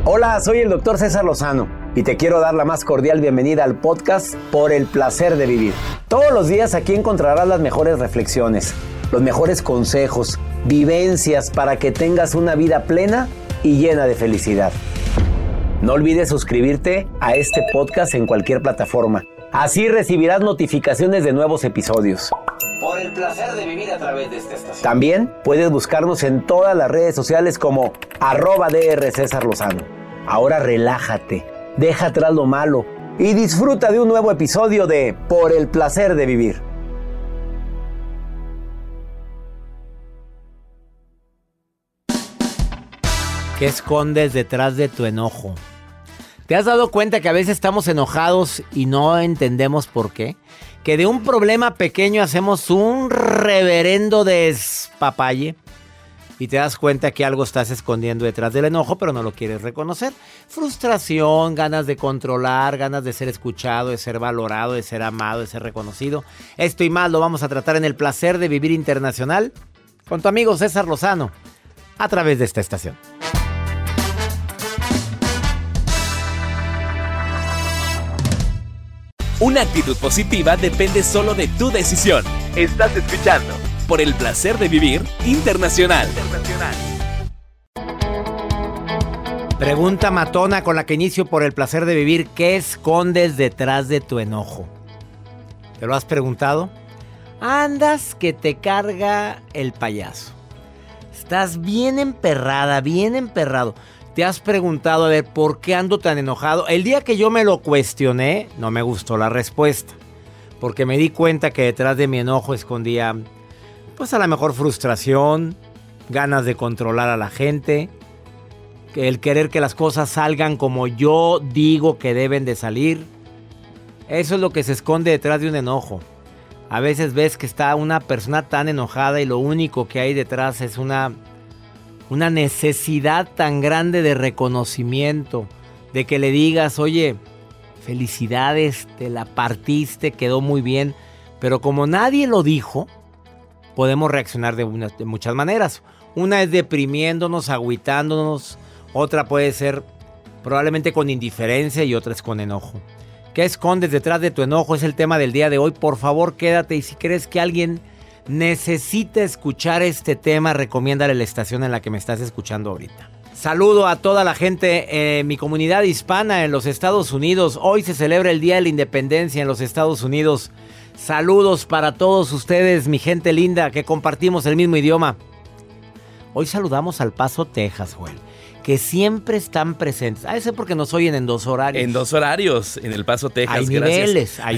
Hola, soy el Dr. César Lozano y te quiero dar la más cordial bienvenida al podcast Por el Placer de Vivir. Todos los días aquí encontrarás las mejores reflexiones, los mejores consejos, vivencias para que tengas una vida plena y llena de felicidad. No olvides suscribirte a este podcast en cualquier plataforma. Así recibirás notificaciones de nuevos episodios. Por el placer de vivir a través de esta estación. También puedes buscarnos en todas las redes sociales como @Dr. César Lozano. Ahora relájate, deja atrás lo malo y disfruta de un nuevo episodio de Por el Placer de Vivir. ¿Qué escondes detrás de tu enojo? ¿Te has dado cuenta que a veces estamos enojados y no entendemos por qué? Que de un problema pequeño hacemos un reverendo despapalle y te das cuenta que algo estás escondiendo detrás del enojo, pero no lo quieres reconocer. Frustración, ganas de controlar, ganas de ser escuchado, de ser valorado, de ser amado, de ser reconocido. Esto y más lo vamos a tratar en El Placer de Vivir Internacional con tu amigo César Lozano a través de esta estación. Una actitud positiva depende solo de tu decisión. Estás escuchando Por el Placer de Vivir Internacional. Pregunta matona con la que inicio Por el Placer de Vivir. ¿Qué escondes detrás de tu enojo? ¿Te lo has preguntado? Andas que te carga el payaso. Estás bien emperrada, bien emperrado. ¿Te has preguntado, a ver, por qué ando tan enojado? El día que yo me lo cuestioné, no me gustó la respuesta. Porque me di cuenta que detrás de mi enojo escondía, pues a lo mejor frustración, ganas de controlar a la gente, el querer que las cosas salgan como yo digo que deben de salir. Eso es lo que se esconde detrás de un enojo. A veces ves que está una persona tan enojada y lo único que hay detrás es una necesidad tan grande de reconocimiento, de que le digas, oye, felicidades, te la partiste, quedó muy bien, pero como nadie lo dijo, podemos reaccionar de muchas maneras. Una es deprimiéndonos, agüitándonos, otra puede ser probablemente con indiferencia y otra es con enojo. ¿Qué escondes detrás de tu enojo? Es el tema del día de hoy. Por favor, quédate y si crees que alguien necesita escuchar este tema, recomiéndale la estación en la que me estás escuchando ahorita. Saludo a toda la gente en mi comunidad hispana en los Estados Unidos. Hoy se celebra el Día de la Independencia en los Estados Unidos. Saludos para todos ustedes, mi gente linda, que compartimos el mismo idioma. Hoy saludamos al Paso, Texas, Joel, que siempre están presentes. A veces porque nos oyen en dos horarios. En dos horarios, en El Paso, Texas. Hay niveles, hay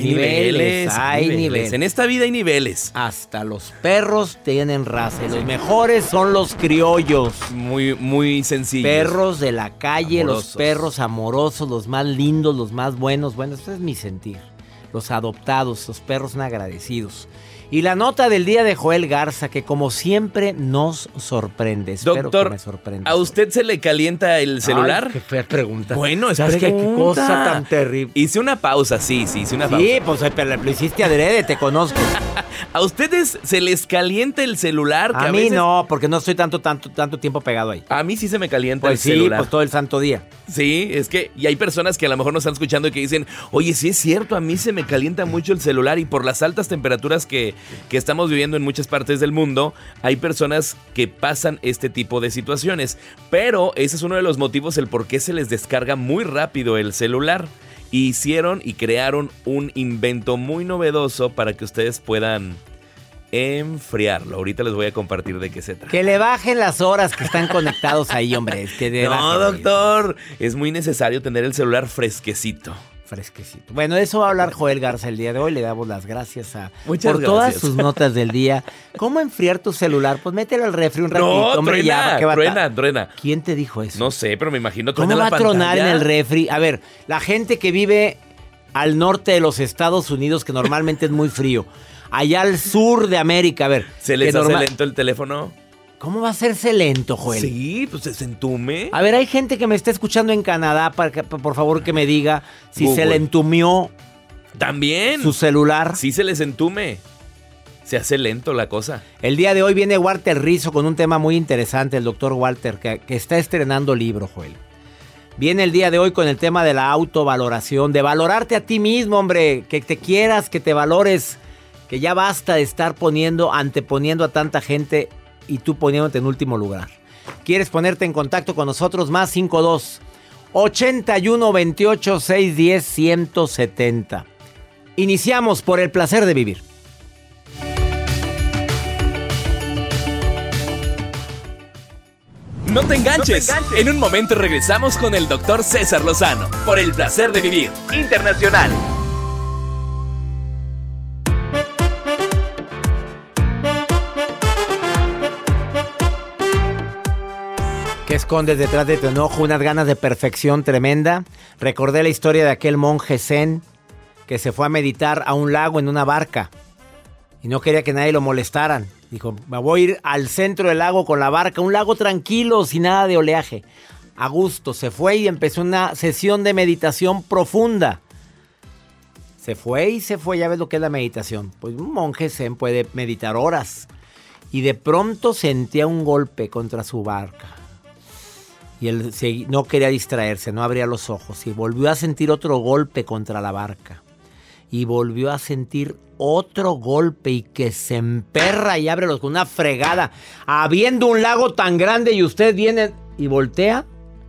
niveles. En esta vida hay niveles. Hasta los perros tienen raza. Y los mejores son los criollos. Muy, muy sencillos. Perros de la calle, amorosos. Los perros amorosos, los más lindos, los más buenos. Bueno, esto es mi sentir. Los adoptados, los perros son agradecidos. Y la nota del día de Joel Garza, que como siempre nos sorprende. Espero Doctor, que me sorprenda. ¿a usted se le calienta el celular? Ay, qué fea pregunta. Bueno, es ¿sabes pregunta. qué cosa tan terrible? Hice una pausa, sí, hice una pausa. Sí, pues pero lo hiciste adrede, te conozco. ¿A ustedes se les calienta el celular? A mí veces... no, porque no estoy tanto tiempo pegado ahí. A mí sí se me calienta pues el celular. Pues todo el santo día. Sí, es que y hay personas que a lo mejor nos están escuchando y que dicen, oye, sí es cierto, a mí se me calienta mucho el celular y por las altas temperaturas que estamos viviendo en muchas partes del mundo, hay personas que pasan este tipo de situaciones. Pero ese es uno de los motivos el por qué se les descarga muy rápido el celular. Hicieron y crearon un invento muy novedoso para que ustedes puedan enfriarlo. Ahorita les voy a compartir de qué se trata. Que le bajen las horas que están conectados ahí, hombre. No, doctor. Es muy necesario tener el celular fresquecito. Fresquecito. Bueno, de eso va a hablar Joel Garza el día de hoy. Le damos las gracias por gracias. Todas sus notas del día. ¿Cómo enfriar tu celular? Pues mételo al refri un ratito. No, hombre, truena. ¿Quién te dijo eso? No sé, pero me imagino ¿cómo va a tronar en el refri? A ver, la gente que vive al norte de los Estados Unidos, que normalmente es muy frío, allá al sur de América, a ver. ¿Se les hace lento el teléfono? ¿Cómo va a hacerse lento, Joel? Sí, pues se entume. A ver, hay gente que me está escuchando en Canadá, por favor que me diga si Google. se le entumió también su celular. Sí se les entume. Se hace lento la cosa. El día de hoy viene Walter Rizzo con un tema muy interesante, el doctor Walter, que está estrenando libro, Joel. Viene el día de hoy con el tema de la autovaloración, de valorarte a ti mismo, hombre, que te quieras, que te valores, que ya basta de estar anteponiendo a tanta gente y tú poniéndote en último lugar. ¿Quieres ponerte en contacto con nosotros? Más 52 81 28 610 170. Iniciamos por el placer de vivir. No te enganches. En un momento regresamos con el Dr. César Lozano por el placer de vivir internacional. ¿Qué escondes detrás de tu enojo? Unas ganas de perfección tremenda. Recordé la historia de aquel monje zen que se fue a meditar a un lago en una barca y no quería que nadie lo molestaran. Dijo, me voy a ir al centro del lago con la barca, un lago tranquilo, sin nada de oleaje. A gusto, se fue y empezó una sesión de meditación profunda. Se fue, ya ves lo que es la meditación. Pues un monje zen puede meditar horas. Y de pronto sentía un golpe contra su barca. Y él no quería distraerse, no abría los ojos. Y volvió a sentir otro golpe contra la barca. Y volvió a sentir otro golpe y que se emperra y abre con una fregada. Habiendo un lago tan grande y usted viene y voltea.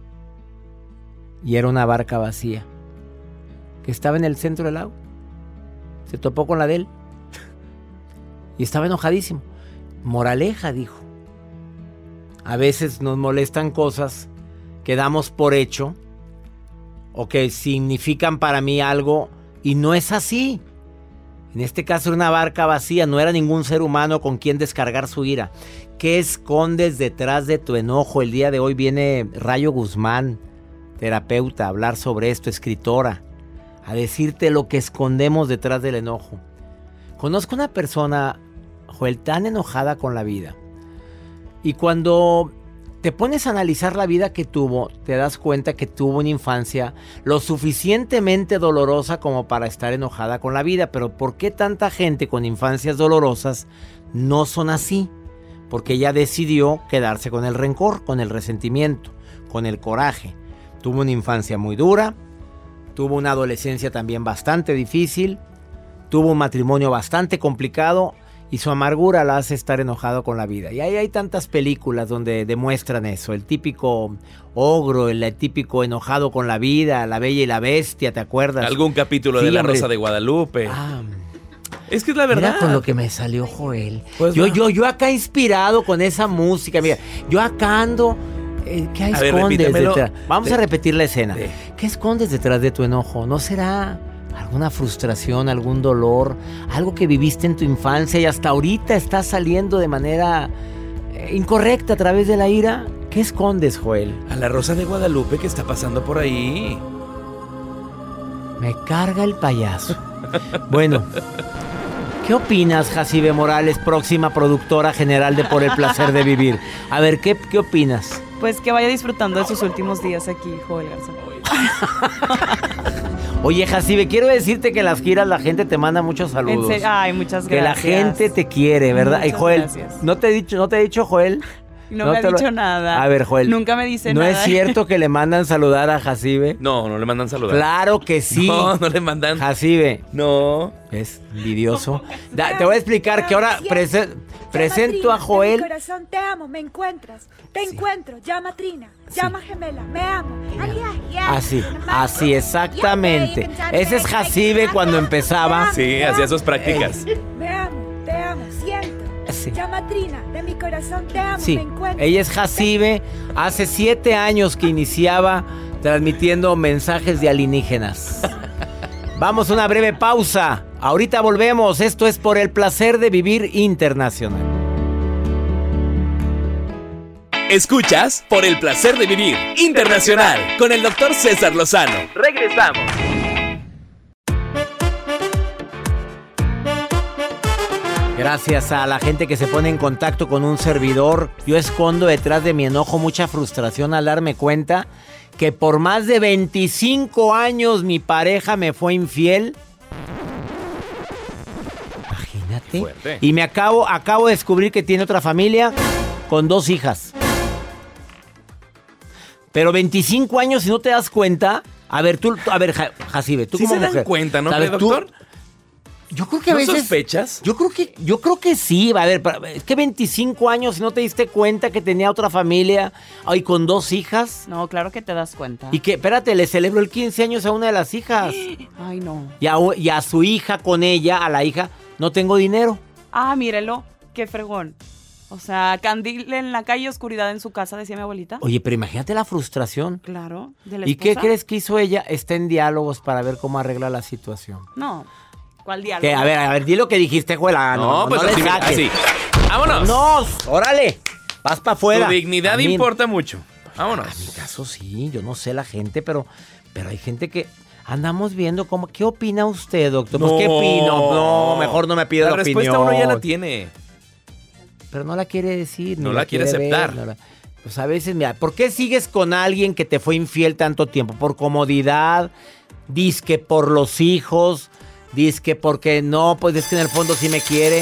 Y era una barca vacía. Que estaba en el centro del lago. Se topó con la de él. Y estaba enojadísimo. Moraleja, dijo. A veces nos molestan cosas que damos por hecho. O que significan para mí algo. Y no es así. En este caso era una barca vacía, no era ningún ser humano con quien descargar su ira. ¿Qué escondes detrás de tu enojo? El día de hoy viene Rayo Guzmán, terapeuta, a hablar sobre esto, escritora, a decirte lo que escondemos detrás del enojo. Conozco una persona, Joel, tan enojada con la vida. Y cuando te pones a analizar la vida que tuvo, te das cuenta que tuvo una infancia lo suficientemente dolorosa como para estar enojada con la vida. Pero ¿por qué tanta gente con infancias dolorosas no son así? Porque ella decidió quedarse con el rencor, con el resentimiento, con el coraje. Tuvo una infancia muy dura, tuvo una adolescencia también bastante difícil, tuvo un matrimonio bastante complicado. Y su amargura la hace estar enojado con la vida. Y ahí hay tantas películas donde demuestran eso. El típico ogro, el típico enojado con la vida, La Bella y la Bestia, ¿te acuerdas? Algún capítulo de La Rosa de Guadalupe. Es que es la verdad. Mira con lo que me salió, Joel. Pues yo acá inspirado con esa música. Mira, yo acá ando... ¿Qué escondes detrás? Vamos a repetir la escena. ¿Qué escondes detrás de tu enojo? ¿No será alguna frustración, algún dolor, algo que viviste en tu infancia y hasta ahorita está saliendo de manera incorrecta a través de la ira? ¿Qué escondes, Joel? A La Rosa de Guadalupe que está pasando por ahí. Me carga el payaso. Bueno, ¿qué opinas, Jacibe Morales, próxima productora general de Por el Placer de Vivir? A ver, ¿qué opinas? Pues que vaya disfrutando de sus últimos días aquí, Joel Garzón. Oye, Jacibe, quiero decirte que en las giras la gente te manda muchos saludos. Ay, muchas gracias. Que la gente te quiere, ¿verdad? Muchas Joel, gracias. ¿no te he dicho, Joel? No me ha dicho nada. A ver, Joel. Nunca me dice nada. ¿No es cierto que le mandan saludar a Jacibe? No le mandan saludar. Claro que sí. No le mandan. Jacibe. No. Es envidioso. Te voy a explicar que ahora presento a Joel. Mi corazón, te amo, me encuentras. Te encuentro, llama Trina, llama Gemela, me amo. Así, exactamente. Ese es Jacibe cuando empezaba. Sí, hacía sus prácticas. Me amo, te amo, siento. Sí. Llama Trina, de mi corazón te amo, sí. Me encuentro. Ella es Jacibe, hace 7 años que iniciaba transmitiendo mensajes de alienígenas. Vamos a una breve pausa. Ahorita volvemos. Esto es Por el Placer de Vivir Internacional. Escuchas Por el Placer de Vivir Internacional con el Dr. César Lozano. Regresamos. Gracias a la gente que se pone en contacto con un servidor. Yo escondo detrás de mi enojo mucha frustración al darme cuenta que por más de 25 años mi pareja me fue infiel. Imagínate. Fuerte. Y me acabo de descubrir que tiene otra familia con 2 hijas. Pero 25 años y no te das cuenta. A ver, Jacibe, tú sí como se dan mujer. cuenta, ¿no, ¿sabes? doctor? Yo creo que a ¿No veces... sospechas? Yo creo que sí. A ver, es que 25 años y no te diste cuenta que tenía otra familia y con 2 hijas. No, claro que te das cuenta. Y que, espérate, le celebró el 15 años a una de las hijas. Ay, no. Y a su hija con ella, a la hija, no tengo dinero. Ah, mírelo, qué fregón. O sea, candil en la calle, oscuridad en su casa, decía mi abuelita. Oye, pero imagínate la frustración. Claro, de la ¿Y qué esposa. crees que hizo ella? Está en diálogos para ver cómo arregla la situación. No, ¿cuál diálogo? Que, a ver, di lo que dijiste, Juela. No, pues le así, saques. así. ¡Vámonos! ¡No! ¡Órale! Vas para afuera. Tu dignidad A mí- importa mucho. A Vámonos. mi caso sí, yo no sé la gente, pero hay gente que andamos viendo cómo. ¿Qué opina usted, doctor? Pues, ¿qué opino? No, mejor no me pida la opinión. La respuesta uno ya la tiene. Pero no la quiere decir. No la quiere aceptar. Pues a veces, mira, ¿por qué sigues con alguien que te fue infiel tanto tiempo? ¿Por comodidad? Dizque por los hijos. Dizque porque no, pues es que en el fondo sí me quiere.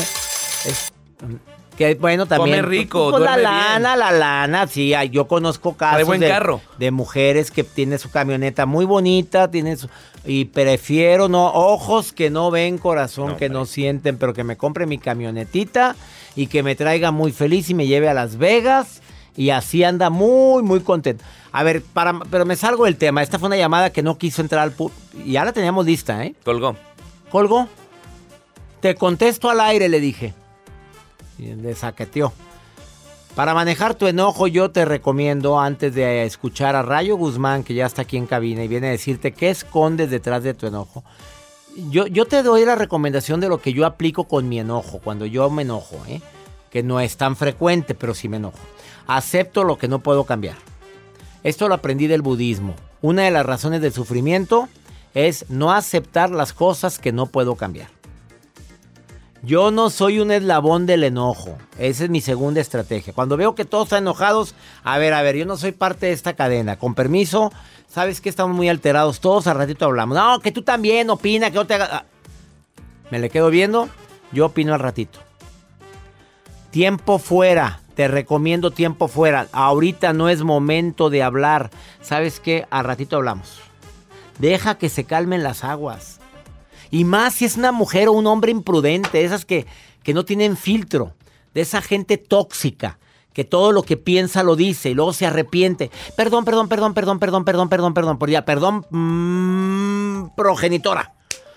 Que bueno, también. Come rico, pues, duerme la lana, sí. Yo conozco Trae casos buen carro. de mujeres que tienen su camioneta muy bonita, y prefiero ojos que no ven, corazón que no sienten, pero que me compre mi camionetita y que me traiga muy feliz y me lleve a Las Vegas y así anda muy, muy contento. A ver, pero me salgo del tema. Esta fue una llamada que no quiso entrar al y ya la teníamos lista, ¿eh? Colgó. Colgó. Te contesto al aire, le dije. Y le saqueteó. Para manejar tu enojo, yo te recomiendo, antes de escuchar a Rayo Guzmán, que ya está aquí en cabina y viene a decirte qué escondes detrás de tu enojo. Yo te doy la recomendación de lo que yo aplico con mi enojo, cuando yo me enojo, que no es tan frecuente, pero sí me enojo. Acepto lo que no puedo cambiar. Esto lo aprendí del budismo. Una de las razones del sufrimiento es no aceptar las cosas que no puedo cambiar. Yo no soy un eslabón del enojo. Esa es mi segunda estrategia. Cuando veo que todos están enojados, a ver, yo no soy parte de esta cadena. Con permiso, ¿sabes qué? Estamos muy alterados todos, al ratito hablamos. No, que tú también opina, que no te haga... Me le quedo viendo, yo opino al ratito. Tiempo fuera, te recomiendo tiempo fuera. Ahorita no es momento de hablar. ¿Sabes qué? Al ratito hablamos. Deja que se calmen las aguas. Y más si es una mujer o un hombre imprudente, esas que no tienen filtro, de esa gente tóxica, que todo lo que piensa lo dice y luego se arrepiente. Perdón, progenitora.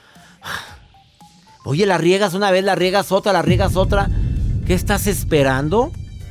Oye, la riegas una vez, la riegas otra. ¿Qué estás esperando?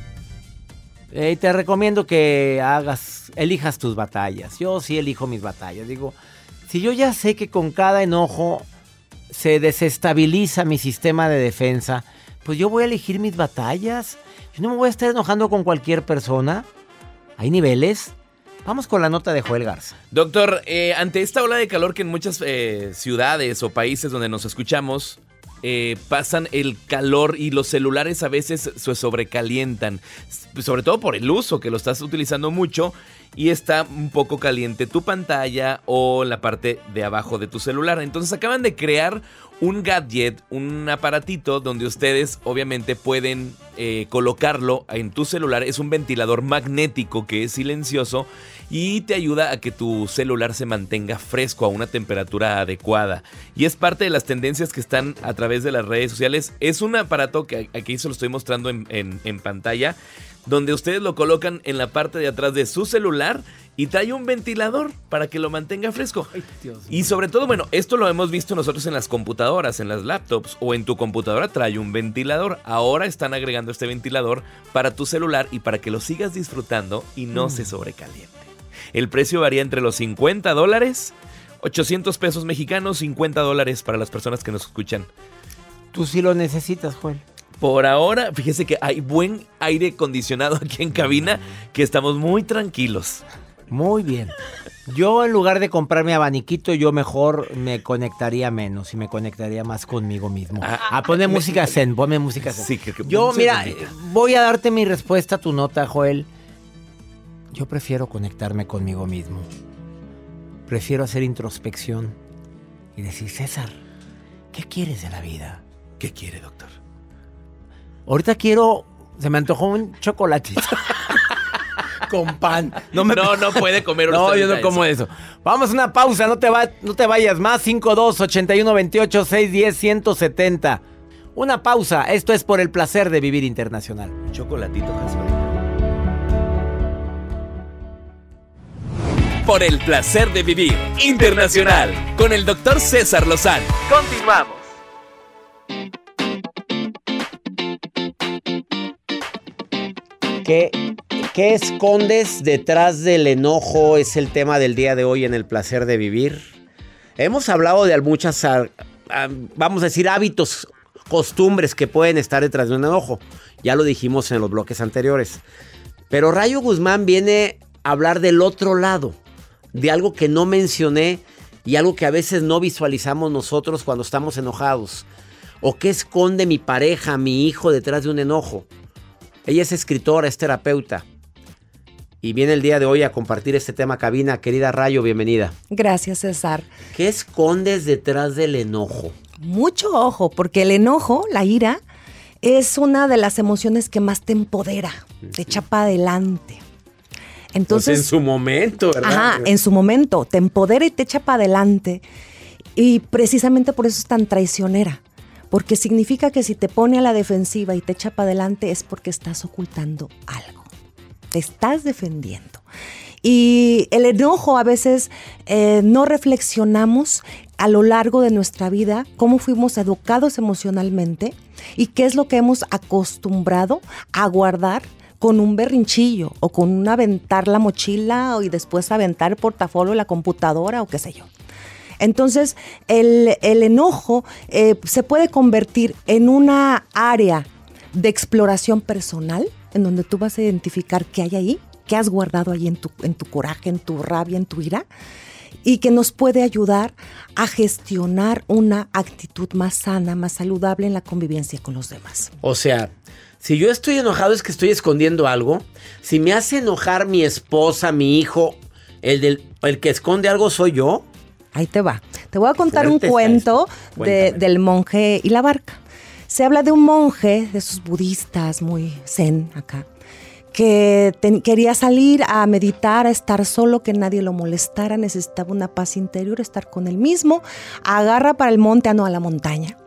Te recomiendo que elijas tus batallas. Yo sí elijo mis batallas. Digo, si yo ya sé que con cada enojo se desestabiliza mi sistema de defensa, pues yo voy a elegir mis batallas. Yo no me voy a estar enojando con cualquier persona. Hay niveles. Vamos con la nota de Joel Garza. Doctor, ante esta ola de calor que en muchas ciudades o países donde nos escuchamos pasan el calor y los celulares a veces se sobrecalientan, sobre todo por el uso, que lo estás utilizando mucho y está un poco caliente tu pantalla o la parte de abajo de tu celular. Entonces acaban de crear un gadget, un aparatito donde ustedes obviamente pueden colocarlo en tu celular. Es un ventilador magnético que es silencioso y te ayuda a que tu celular se mantenga fresco a una temperatura adecuada. Y es parte de las tendencias que están a través de las redes sociales. Es un aparato que aquí se lo estoy mostrando en pantalla, donde ustedes lo colocan en la parte de atrás de su celular y trae un ventilador para que lo mantenga fresco. Ay, Dios mío. Y sobre todo, bueno, esto lo hemos visto nosotros en las computadoras, en las laptops o en tu computadora trae un ventilador. Ahora están agregando este ventilador para tu celular y para que lo sigas disfrutando y no se sobrecaliente. El precio varía entre los $50, 800 pesos mexicanos, $50 para las personas que nos escuchan. Tú sí lo necesitas, Joel. Por ahora, fíjese que hay buen aire acondicionado aquí en cabina, que estamos muy tranquilos. Muy bien. Yo, en lugar de comprarme abaniquito, yo mejor me conectaría menos y me conectaría más conmigo mismo. Ponme música zen, ponme música zen. Sí, que Yo, se mira, bendiga. voy a darte mi respuesta a tu nota, Joel. Yo prefiero conectarme conmigo mismo. Prefiero hacer introspección y decir, César, ¿qué quieres de la vida? ¿Qué quiere, doctor? Ahorita se me antojó un chocolatito. Con pan. No puede comer No, usted yo no ahorita como eso. Vamos a una pausa, no te vayas más. 52-81-28-610-170. Una pausa, esto es por el placer de vivir internacional. Chocolatito, Jasper. Por el placer de vivir internacional con el Dr. César Lozano. Continuamos. ¿Qué escondes detrás del enojo? Es el tema del día de hoy en el placer de vivir. Hemos hablado de muchas, vamos a decir, hábitos, costumbres que pueden estar detrás de un enojo. Ya lo dijimos en los bloques anteriores. Pero Rayo Guzmán viene a hablar del otro lado, de algo que no mencioné y algo que a veces no visualizamos nosotros cuando estamos enojados. ¿O qué esconde mi pareja, mi hijo detrás de un enojo? Ella es escritora, es terapeuta. Y viene el día de hoy a compartir este tema, cabina. Querida Rayo, bienvenida. Gracias, César. ¿Qué escondes detrás del enojo? Mucho ojo, porque el enojo, la ira, es una de las emociones que más te empodera, te echa para adelante. Entonces, pues en su momento, ¿verdad? Ajá, en su momento, te empodera y te echa para adelante. Y precisamente por eso es tan traicionera. Porque significa que si te pone a la defensiva y te echa para adelante es porque estás ocultando algo. Te estás defendiendo. Y el enojo a veces no reflexionamos a lo largo de nuestra vida cómo fuimos educados emocionalmente y qué es lo que hemos acostumbrado a guardar con un berrinchillo o con un aventar la mochila y después aventar el portafolio, la computadora o qué sé yo. Entonces, el enojo se puede convertir en una área de exploración personal en donde tú vas a identificar qué hay ahí, qué has guardado ahí en tu coraje, en tu rabia, en tu ira, y que nos puede ayudar a gestionar una actitud más sana, más saludable en la convivencia con los demás. O sea, si yo estoy enojado es que estoy escondiendo algo. Si me hace enojar mi esposa, mi hijo, el que esconde algo soy yo. Ahí te va. Te voy a contar Fuerte un cuento Cuéntame. del monje y la barca. Se habla de un monje, de esos budistas muy zen acá, que quería salir a meditar, a estar solo, que nadie lo molestara, necesitaba una paz interior, estar con él mismo. Agarra para el monte, a la montaña.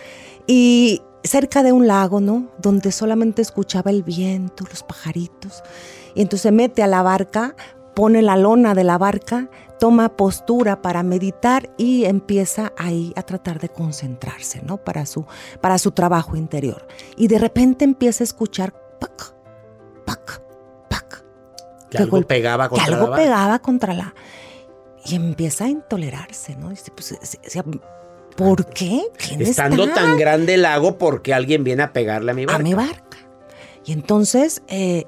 Y cerca de un lago, ¿no? Donde solamente escuchaba el viento, los pajaritos. Y entonces se mete a la barca, pone la lona de la barca, toma postura para meditar y empieza ahí a tratar de concentrarse, ¿no? Para su trabajo interior. Y de repente empieza a escuchar pac, pac, pac. Que algo pegaba contra la barca. Pegaba contra la... Y empieza a intolerarse, ¿no? Dice, pues, ¿por qué? ¿Quién Estando está? tan grande el lago, porque alguien viene a pegarle a mi barca. A mi barca. Y entonces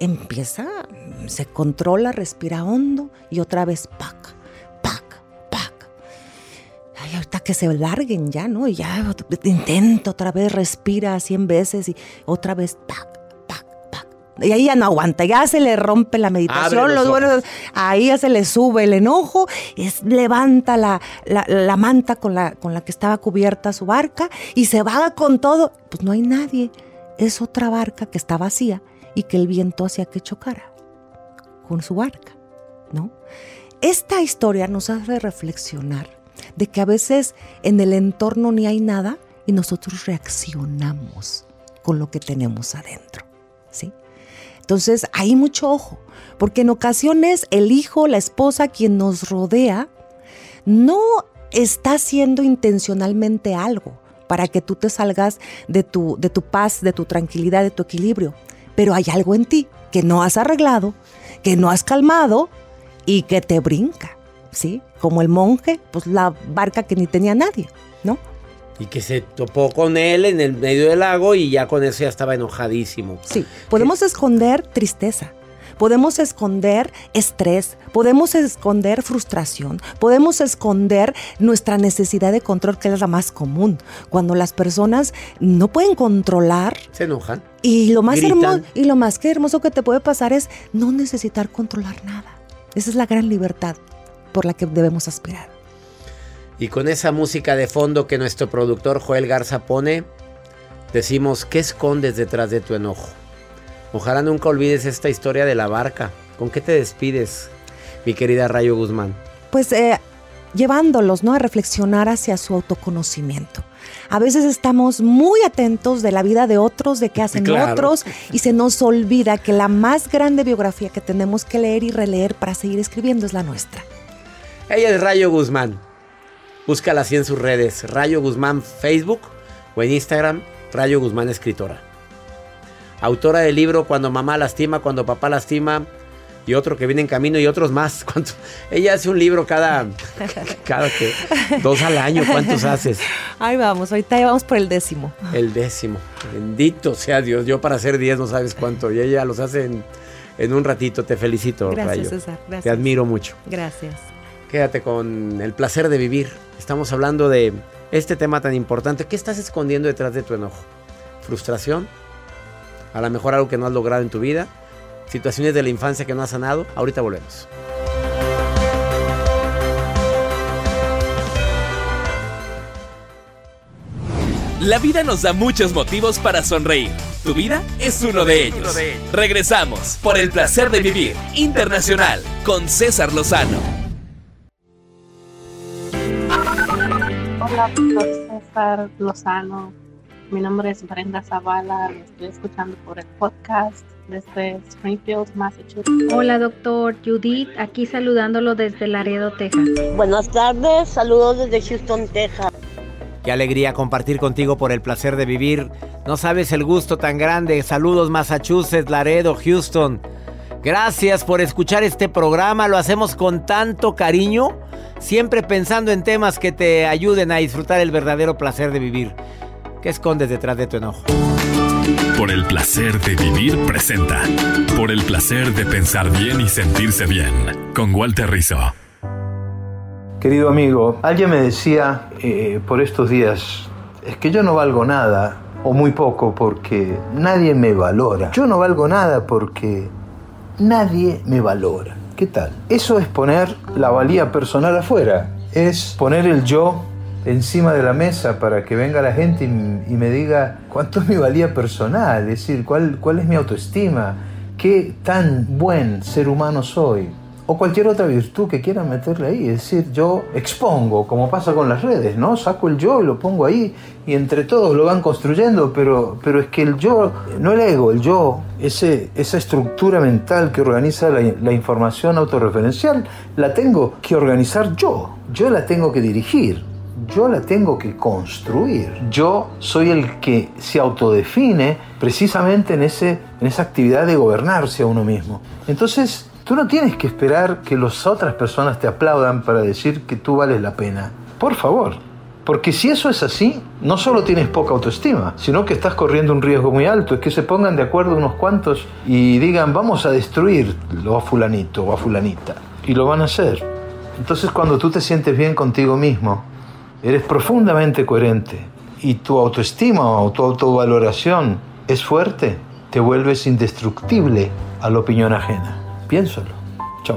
se controla, respira hondo y otra vez pac, pac, pac. Ay, ahorita que se larguen ya, ¿no? Y ya intenta otra vez, respira 100 veces y otra vez pac, pac, pac. Y ahí ya no aguanta, ya se le rompe la meditación, ahí ya se le sube el enojo, levanta la manta con la que estaba cubierta su barca y se va con todo. Pues no hay nadie. Es otra barca que está vacía y que el viento hacía que chocara con su barca, ¿no? Esta historia nos hace reflexionar de que a veces en el entorno ni hay nada y nosotros reaccionamos con lo que tenemos adentro, ¿sí? Entonces, hay mucho ojo, porque en ocasiones el hijo, la esposa, quien nos rodea, no está haciendo intencionalmente algo para que tú te salgas de tu paz, de tu tranquilidad, de tu equilibrio. Pero hay algo en ti que no has arreglado, que no has calmado y que te brinca, ¿sí? Como el monje, pues la barca que ni tenía nadie, ¿no? Y que se topó con él en el medio del lago y ya con eso ya estaba enojadísimo. Sí, podemos esconder tristeza. Podemos esconder estrés, podemos esconder frustración, podemos esconder nuestra necesidad de control, que es la más común. Cuando las personas no pueden controlar, se enojan. Y lo más gritan. hermoso que te puede pasar es no necesitar controlar nada. Esa es la gran libertad por la que debemos aspirar. Y con esa música de fondo que nuestro productor Joel Garza pone, decimos, ¿qué escondes detrás de tu enojo? Ojalá nunca olvides esta historia de la barca. ¿Con qué te despides, mi querida Rayo Guzmán? Pues llevándolos, ¿no?, a reflexionar hacia su autoconocimiento. A veces estamos muy atentos de la vida de otros, de qué hacen otros, y se nos olvida que la más grande biografía que tenemos que leer y releer para seguir escribiendo es la nuestra. Ella es Rayo Guzmán. Búscala así en sus redes. Rayo Guzmán Facebook o en Instagram, Rayo Guzmán Escritora. Autora del libro Cuando mamá lastima, cuando papá lastima, y otro que viene en camino, y otros más. Ella hace un libro cada 2 al año. ¿Cuántos haces? Ahí vamos, ahorita ya vamos por el 10º. El 10º. Bendito sea Dios. Yo para hacer 10 no sabes cuánto. Y ella los hace en un ratito. Te felicito, Gracias, Rayo. César. Gracias. Te admiro mucho. Gracias. Quédate con el placer de vivir. Estamos hablando de este tema tan importante. ¿Qué estás escondiendo detrás de tu enojo? ¿Frustración? A lo mejor algo que no has logrado en tu vida. Situaciones de la infancia que no has sanado. Ahorita volvemos. La vida nos da muchos motivos para sonreír. Tu vida es uno de ellos. Regresamos por el placer de vivir internacional con César Lozano. Hola, doctor César Lozano. Mi nombre es Brenda Zavala. Lo estoy escuchando por el podcast desde Springfield, Massachusetts. Hola, doctor Judith. Aquí saludándolo desde Laredo, Texas. Buenas tardes. Saludos desde Houston, Texas. Qué alegría compartir contigo por el placer de vivir. No sabes el gusto tan grande. Saludos Massachusetts, Laredo, Houston. Gracias por escuchar este programa. Lo hacemos con tanto cariño, siempre pensando en temas que te ayuden a disfrutar el verdadero placer de vivir. ¿Qué escondes detrás de tu enojo? Por el placer de vivir presenta. Por el placer de pensar bien y sentirse bien. Con Walter Rizzo. Querido amigo, alguien me decía por estos días, es que yo no valgo nada, o muy poco, porque nadie me valora. Yo no valgo nada porque nadie me valora. ¿Qué tal? Eso es poner la valía personal afuera. Es poner el yo encima de la mesa para que venga la gente y me diga cuánto es mi valía personal, es decir, cuál es mi autoestima, qué tan buen ser humano soy. O cualquier otra virtud que quieran meterle ahí. Es decir, yo expongo, como pasa con las redes, ¿no? Saco el yo y lo pongo ahí y entre todos lo van construyendo, pero es que el yo, no el ego, el yo, esa estructura mental que organiza la información autorreferencial, la tengo que organizar yo la tengo que dirigir, yo la tengo que construir. Yo soy el que se autodefine precisamente en esa actividad de gobernarse a uno mismo. Entonces, tú no tienes que esperar que las otras personas te aplaudan para decir que tú vales la pena. Por favor. Porque si eso es así, no solo tienes poca autoestima, sino que estás corriendo un riesgo muy alto. Es que se pongan de acuerdo unos cuantos y digan, vamos a destruirlo a fulanito o a fulanita. Y lo van a hacer. Entonces, cuando tú te sientes bien contigo mismo, eres profundamente coherente y tu autoestima o tu autovaloración es fuerte, te vuelves indestructible a la opinión ajena. Piénsalo. Chao.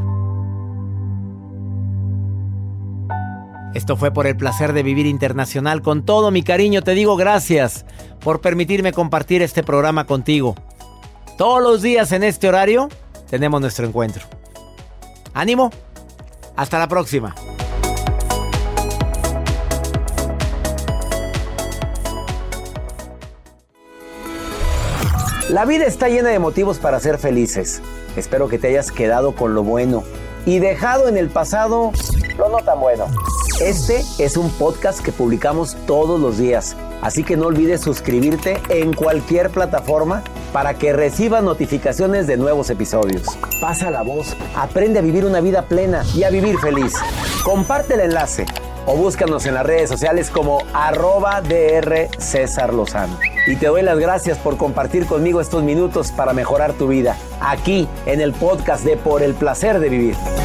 Esto fue por el placer de vivir internacional. Con todo mi cariño te digo gracias por permitirme compartir este programa contigo. Todos los días en este horario tenemos nuestro encuentro. ¡Ánimo! Hasta la próxima. La vida está llena de motivos para ser felices. Espero que te hayas quedado con lo bueno y dejado en el pasado lo no tan bueno. Este es un podcast que publicamos todos los días, así que no olvides suscribirte en cualquier plataforma para que recibas notificaciones de nuevos episodios. Pasa la voz, aprende a vivir una vida plena y a vivir feliz. Comparte el enlace o búscanos en las redes sociales como @Dr. César Lozano. Y te doy las gracias por compartir conmigo estos minutos para mejorar tu vida, aquí en el podcast de Por el Placer de Vivir.